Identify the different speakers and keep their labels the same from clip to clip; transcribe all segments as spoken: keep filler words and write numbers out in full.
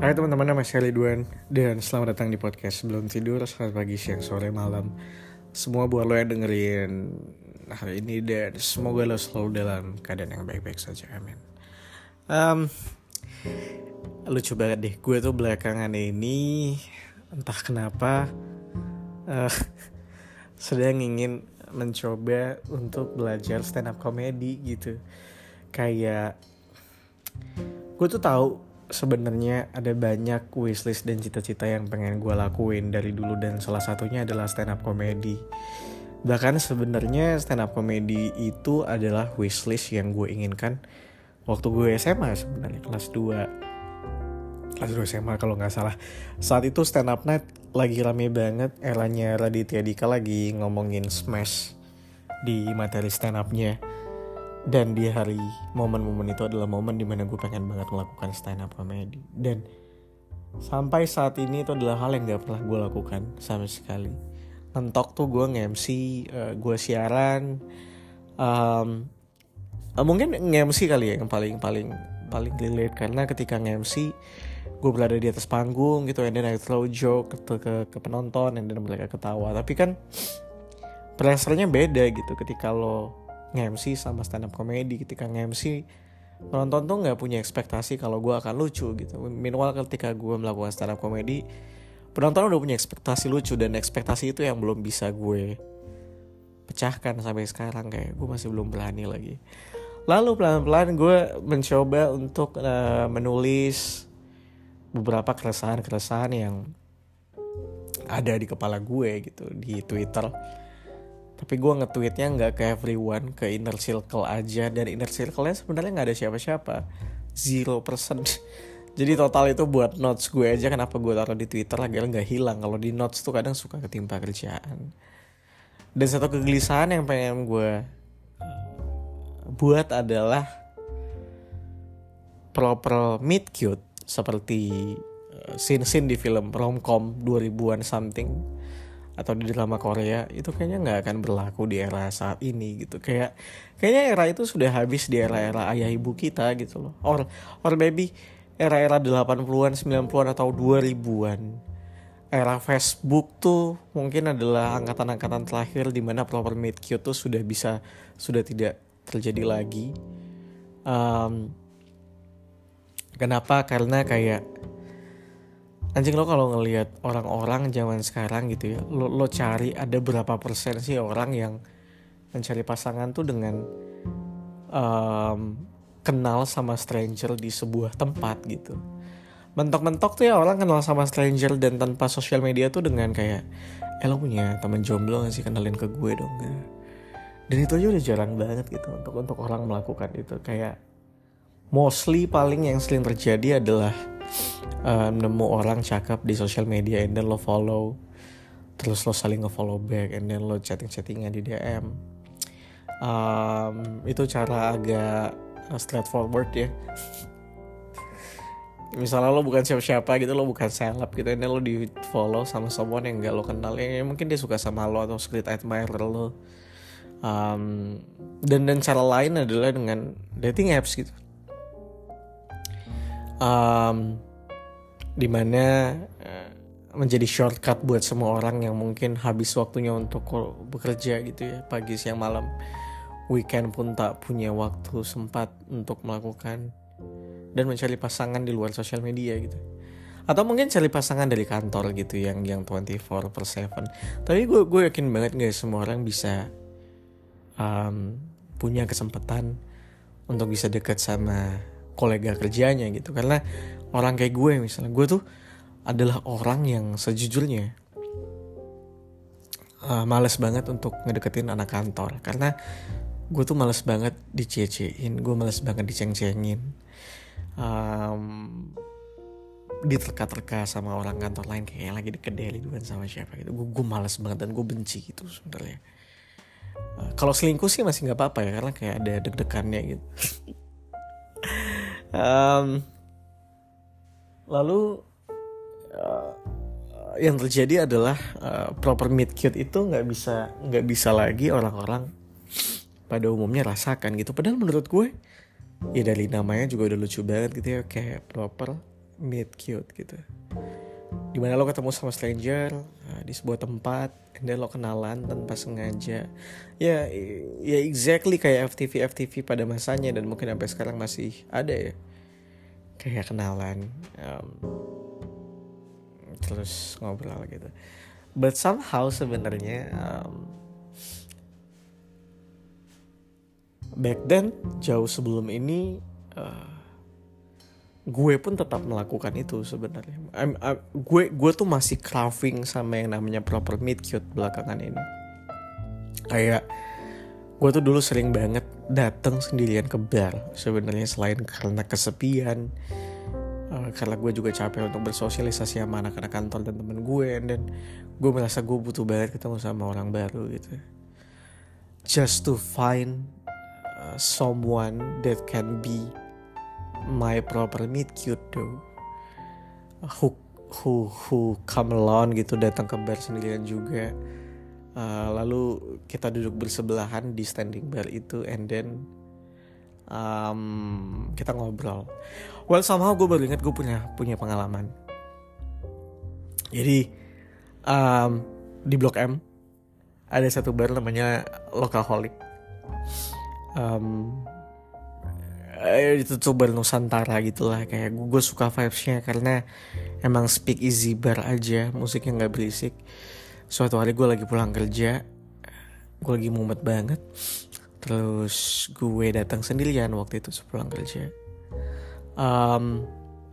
Speaker 1: Hai teman-teman, nama saya Ridwan dan selamat datang di podcast Belum Tidur, selamat pagi, siang, sore, malam. Semua buat lo yang dengerin hari ini dan semoga lo selalu dalam keadaan yang baik-baik saja, amin. um, Lucu banget deh, gue tuh belakangan ini entah kenapa uh, sedang ingin mencoba untuk belajar stand up comedy gitu. Kayak gue tuh tahu sebenarnya ada banyak wishlist dan cita-cita yang pengen gue lakuin dari dulu, dan salah satunya adalah stand up comedy. Bahkan sebenarnya stand up comedy itu adalah wishlist yang gue inginkan waktu gue S M A, sebenarnya kelas dua kelas dua S M A kalau nggak salah. Saat itu stand up night lagi rame banget, eranya Raditya Dika lagi ngomongin smash di materi stand up-nya. Dan di hari momen-momen itu adalah momen dimana gue pengen banget melakukan stand up comedy. Dan sampai saat ini itu adalah hal yang gak pernah gue lakukan sama sekali. Mentok tuh gue nge-M C, uh, gue siaran, um, uh, mungkin nge-M C kali ya yang paling paling paling relate, karena ketika nge-M C gue berada di atas panggung gitu, and then I throw joke ke, ke, ke penonton, and then mereka ketawa. Tapi kan pressure-nya beda gitu ketika lo nge-M C sama stand up comedy. Ketika nge-M C, penonton tuh gak punya ekspektasi kalau gue akan lucu gitu. Meanwhile ketika gue melakukan stand up comedy, penonton udah punya ekspektasi lucu, dan ekspektasi itu yang belum bisa gue pecahkan sampai sekarang. Kayak gue masih belum berani lagi. Lalu pelan-pelan gue mencoba untuk uh, menulis beberapa keresahan-keresahan yang ada di kepala gue gitu di Twitter. Tapi gue nge-tweetnya gak ke everyone, ke inner circle aja. Dan inner circle-nya sebenarnya gak ada siapa-siapa, zero percent. Jadi total itu buat notes gue aja. Kenapa gue taruh di Twitter agar gak hilang. Kalau di notes tuh kadang suka ketimpa kerjaan. Dan satu kegelisahan yang pengen gue buat adalah proper meet cute, seperti scene-scene di film romcom dua ribuan something atau di drama Korea. Itu kayaknya nggak akan berlaku di era saat ini gitu. Kayak kayaknya era itu sudah habis di era-era ayah ibu kita gitu loh. Or or maybe era-era delapan puluhan, sembilan puluhan atau dua ribuan. Era Facebook tuh mungkin adalah angkatan-angkatan terakhir di mana proper meet cute tuh sudah bisa sudah tidak terjadi lagi. Um, kenapa? Karena kayak anjing, lo kalau ngelihat orang-orang zaman sekarang gitu ya, lo, lo cari ada berapa persen sih orang yang mencari pasangan tuh dengan um, kenal sama stranger di sebuah tempat gitu. Mentok-mentok tuh ya orang kenal sama stranger dan tanpa sosial media tuh dengan kayak, eh lo punya teman jomblo gak sih, kenalin ke gue dong gitu. Dan itu aja udah jarang banget gitu untuk untuk orang melakukan itu. Kayak mostly paling yang sering terjadi adalah Um, nemu orang cakep di sosial media, and then lo follow, terus lo saling nge-follow back, and then lo chatting-chattingan di D M. Um, itu cara agak straightforward ya. Misalnya lo bukan siapa-siapa gitu, lo bukan seleb gitu, and then lo di follow sama someone yang gak lo kenal, ya mungkin dia suka sama lo atau secret admirer lo. Um, dan dan cara lain adalah dengan dating apps gitu. Um, dimana uh, menjadi shortcut buat semua orang yang mungkin habis waktunya untuk bekerja gitu ya, pagi siang malam, weekend pun tak punya waktu sempat untuk melakukan dan mencari pasangan di luar sosial media gitu. Atau mungkin cari pasangan dari kantor gitu yang yang twenty-four per seven. Tapi gue gue yakin banget guys, semua orang bisa um, punya kesempatan untuk bisa dekat sama kolega kerjanya gitu. Karena orang kayak gue misalnya, gue tuh adalah orang yang sejujurnya uh, males banget untuk ngedeketin anak kantor. Karena gue tuh males banget dicie-ciein, gue males banget diceng-cengin, um, diterka-terka sama orang kantor lain kayak lagi deket deli duluan sama siapa gitu. Gue gue males banget dan gue benci gitu sebenarnya. Uh, kalau selingkuh sih masih nggak apa-apa ya, karena kayak ada deg-degannya gitu. um, Lalu uh, yang terjadi adalah uh, proper meet cute itu nggak bisa nggak bisa lagi orang-orang pada umumnya rasakan gitu. Padahal menurut gue ya dari namanya juga udah lucu banget gitu ya, kayak proper meet cute gitu. Dimana lo ketemu sama stranger uh, di sebuah tempat, and then lo kenalan tanpa sengaja. Ya, ya exactly kayak F T V F T V pada masanya, dan mungkin sampai sekarang masih ada ya. Kayak kenalan, um, terus ngobrol gitu. But somehow sebenarnya um, back then, jauh sebelum ini, uh, gue pun tetap melakukan itu sebenarnya. I'm, I'm, gue gue tuh masih craving sama yang namanya proper meet cute belakangan ini. Kayak gue tuh dulu sering banget datang sendirian ke bar sebenarnya, selain karena kesepian, uh, karena gue juga capek untuk bersosialisasi sama anak-anak kantor dan temen gue, dan gue merasa gue butuh banget ketemu sama orang baru gitu. Just to find uh, someone that can be my proper meet cute though, who who who come alone gitu, datang ke bar sendirian juga, uh, lalu kita duduk bersebelahan di standing bar itu, and then um, kita ngobrol. Well, somehow gue baru ingat gue punya punya pengalaman. Jadi um, di Blok M ada satu bar namanya Lokaholic. Um, itu tuh bar Nusantara gitulah, kayak gue suka vibesnya karena emang speak easy bar aja, musiknya nggak berisik. Suatu hari gue lagi pulang kerja, gue lagi mumet banget, terus gue datang sendirian waktu itu sepulang kerja. Um,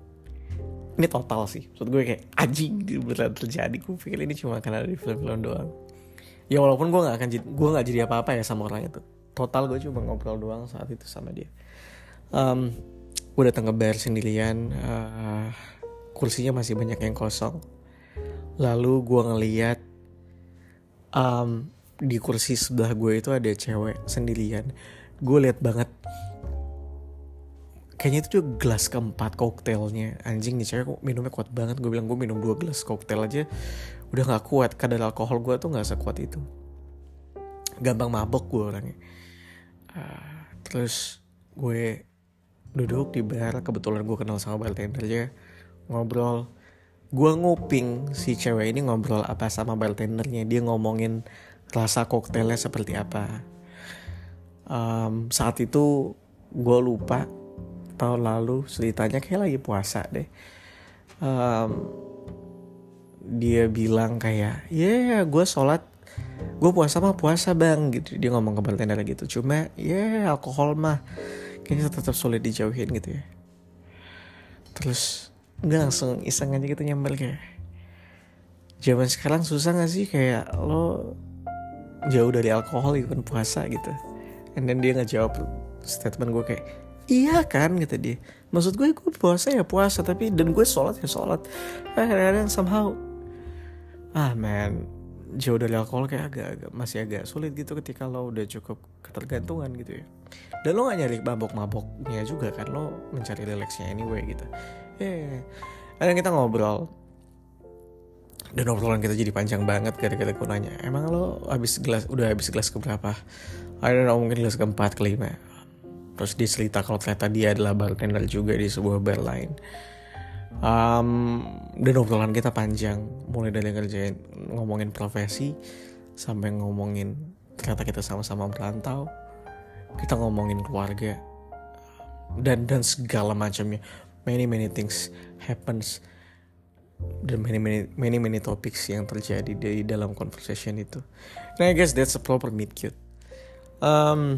Speaker 1: ini total sih, maksud gue kayak anjing beneran terjadi. Gue pikir ini cuma karena ada di film-film doang. Ya walaupun gue nggak akan gue nggak jadi apa-apa ya sama orang itu. Total gue cuma ngobrol doang saat itu sama dia. Um, gue datang ke bar sendirian, uh, kursinya masih banyak yang kosong. Lalu gue ngeliat um, di kursi sebelah gue itu ada cewek sendirian. Gue liat banget, kayaknya itu juga gelas keempat koktailnya. Anjing nih cewek kok minumnya kuat banget. Gue bilang gue minum dua gelas koktail aja udah gak kuat. Kadar alkohol gue tuh gak sekuat itu. Gampang mabok gue orangnya. uh, Terus gue duduk di bar, kebetulan gue kenal sama bartendernya, ngobrol. Gue nguping si cewek ini ngobrol apa sama bartendernya. Dia ngomongin rasa koktailnya seperti apa. um, Saat itu gue lupa, tahun lalu ceritanya kayak lagi puasa deh. um, Dia bilang kayak, ya yeah, gue sholat, gue puasa mah puasa bang gitu. Dia ngomong ke bartender gitu. Cuma ya yeah, alkohol mah kayaknya tetap sulit dijauhin gitu ya. Terus gue langsung iseng aja gitu nyambel kayak, zaman sekarang susah gak sih kayak lo jauh dari alkohol even puasa gitu. And then dia ngejawab statement gue kayak, iya kan kata dia. Maksud gue gue puasa ya puasa, tapi dan gue sholat ya sholat. Kadang-kadang somehow ah man, jauh dari alkohol kayak agak-agak masih agak sulit gitu ketika lo udah cukup ketergantungan gitu ya. Dan lo gak nyari mabok-maboknya juga kan, lo mencari relaxnya anyway gitu. Eh, kadang kita ngobrol, dan obrolan kita jadi panjang banget gara-gara gue nanya, emang lo habis gelas udah habis gelas keberapa? I don't know, mungkin gelas keempat, kelima. Terus dia cerita kalau ternyata dia adalah bartender juga di sebuah bar lain. Um, dan obrolan kita panjang, mulai dari ngerjain ngomongin profesi sampai ngomongin ternyata kita sama-sama merantau, kita ngomongin keluarga dan dan segala macamnya. Many many things happens, dan many many many many topics yang terjadi di dalam conversation itu. And I guess that's a proper meet cute. Um,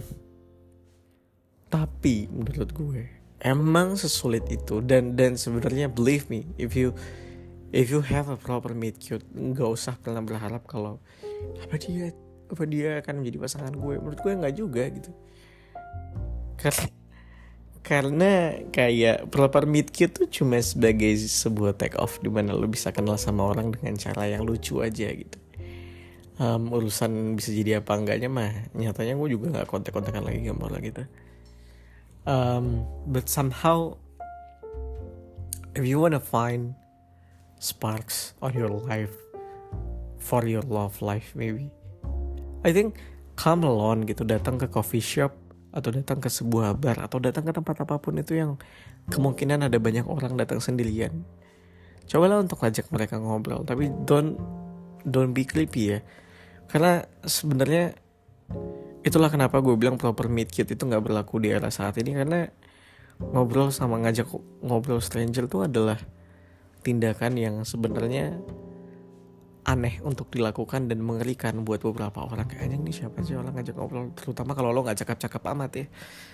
Speaker 1: tapi menurut gue emang sesulit itu, dan dan sebenarnya believe me, if you if you have a proper meet cute, nggak usah pernah berharap kalau apa dia apa dia akan menjadi pasangan gue. Menurut gue nggak juga gitu. Karena karena kayak proper meet cute tuh cuma sebagai sebuah take off di mana lo bisa kenal sama orang dengan cara yang lucu aja gitu. Um, urusan bisa jadi apa enggaknya mah nyatanya gue juga nggak kontak-kontakan lagi sama orang gitu. Um, but somehow if you wanna find sparks on your life for your love life maybe, I think come alone gitu, datang ke coffee shop, atau datang ke sebuah bar, atau datang ke tempat apapun itu yang kemungkinan ada banyak orang datang sendirian, cobalah untuk ajak mereka ngobrol. Tapi don't don't be creepy ya, karena sebenarnya itulah kenapa gue bilang proper meet cute itu nggak berlaku di era saat ini. Karena ngobrol sama ngajak ngobrol stranger tuh adalah tindakan yang sebenarnya aneh untuk dilakukan dan mengerikan buat beberapa orang. Kayaknya nih siapa sih orang ngajak ngobrol, terutama kalau lo nggak cakep-cakep amat ya.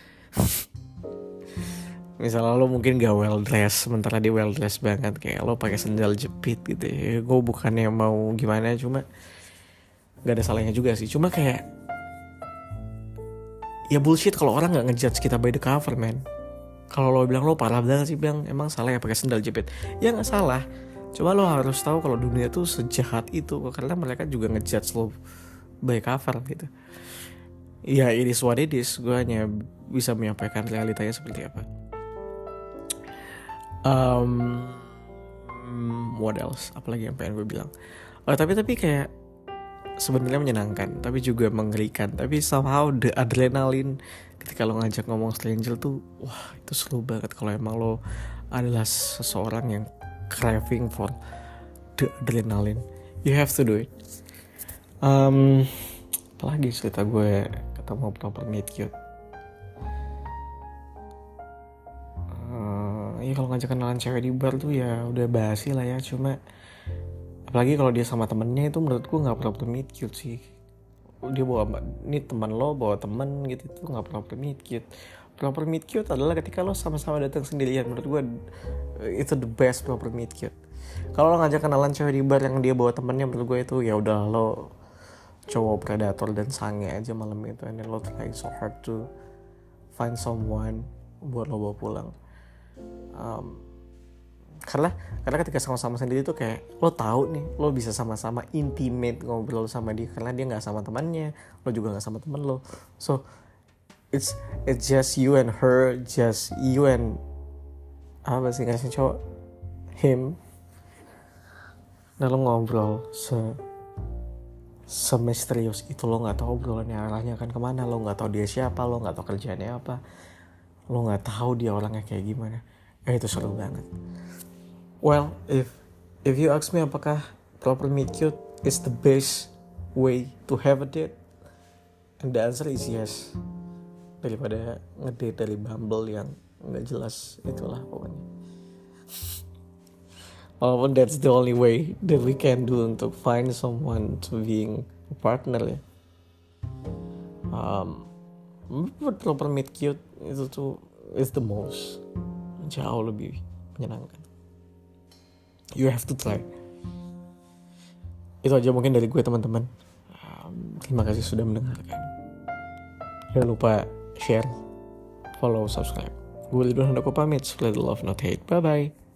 Speaker 1: Misalnya lo mungkin gak well dressed, sementara dia well dressed banget, kayak lo pakai sandal jepit gitu ya. Gue bukannya mau gimana, cuma gak ada salahnya juga sih. Cuma kayak ya bullshit kalau orang nggak ngejudge kita by the cover, man. Kalau lo bilang lo parah banget sih, bilang emang salah ya pakai sandal jepit, ya nggak salah. Cuma lo harus tahu kalau dunia tuh sejahat itu, karena mereka juga ngejudge lo by cover gitu. Ya it is what it is. Gue hanya bisa menyampaikan realitanya seperti apa. Um, what else? Apalagi yang pengen gue bilang? Oh tapi tapi kayak sebenarnya menyenangkan, tapi juga mengerikan. Tapi somehow the adrenaline ketika lo ngajak ngomong stranger tuh, wah itu seru banget. Kalau emang lo adalah seseorang yang craving for the adrenaline, you have to do it. Um, apalagi cerita gue ketemu proper meet cute. Uh, ya kalau ngajak kenalan cewek di bar tuh ya udah basi lah ya. Cuma apalagi kalau dia sama temennya, itu menurut gue nggak proper meet cute sih. Dia bawa, ini teman lo bawa temen gitu, itu nggak proper meet cute. Proper meet cute adalah ketika lo sama-sama datang sendirian. Menurut gue itu the best proper meet cute. Kalau lo ngajak kenalan cewek di bar yang dia bawa temennya, menurut gue itu ya udah lo cowok predator dan sange aja malam itu. And then lo trying so hard to find someone buat lo bawa pulang. Um, karena karena ketika sama-sama sendiri tuh kayak lo tahu nih lo bisa sama-sama intimate ngobrol sama dia, karena dia nggak sama temannya, lo juga nggak sama teman lo. So it's it's just you and her, just you and apa sih ngasih cowok, him. Nah lo ngobrol se semisterius itu, lo nggak tahu obrolannya arahnya akan kemana, lo nggak tahu dia siapa, lo nggak tahu kerjaannya apa, lo nggak tahu dia orangnya kayak gimana. Eh itu seru banget. Well, if if you ask me apakah proper meet cute is the best way to have a date, and the answer is yes. Daripada ngedate dari Bumble yang nggak jelas, itulah pokoknya. Walaupun that's the only way that we can do untuk find someone to being a partner ya. Um, proper meet cute itu tuh is the most, jauh lebih menyenangkan. You have to try. Itu aja mungkin dari gue teman-teman. Um, terima kasih sudah mendengarkan. Jangan lupa share, follow, subscribe. Gue Ridwan Handoko pamit. Spread the love not hate. Bye bye.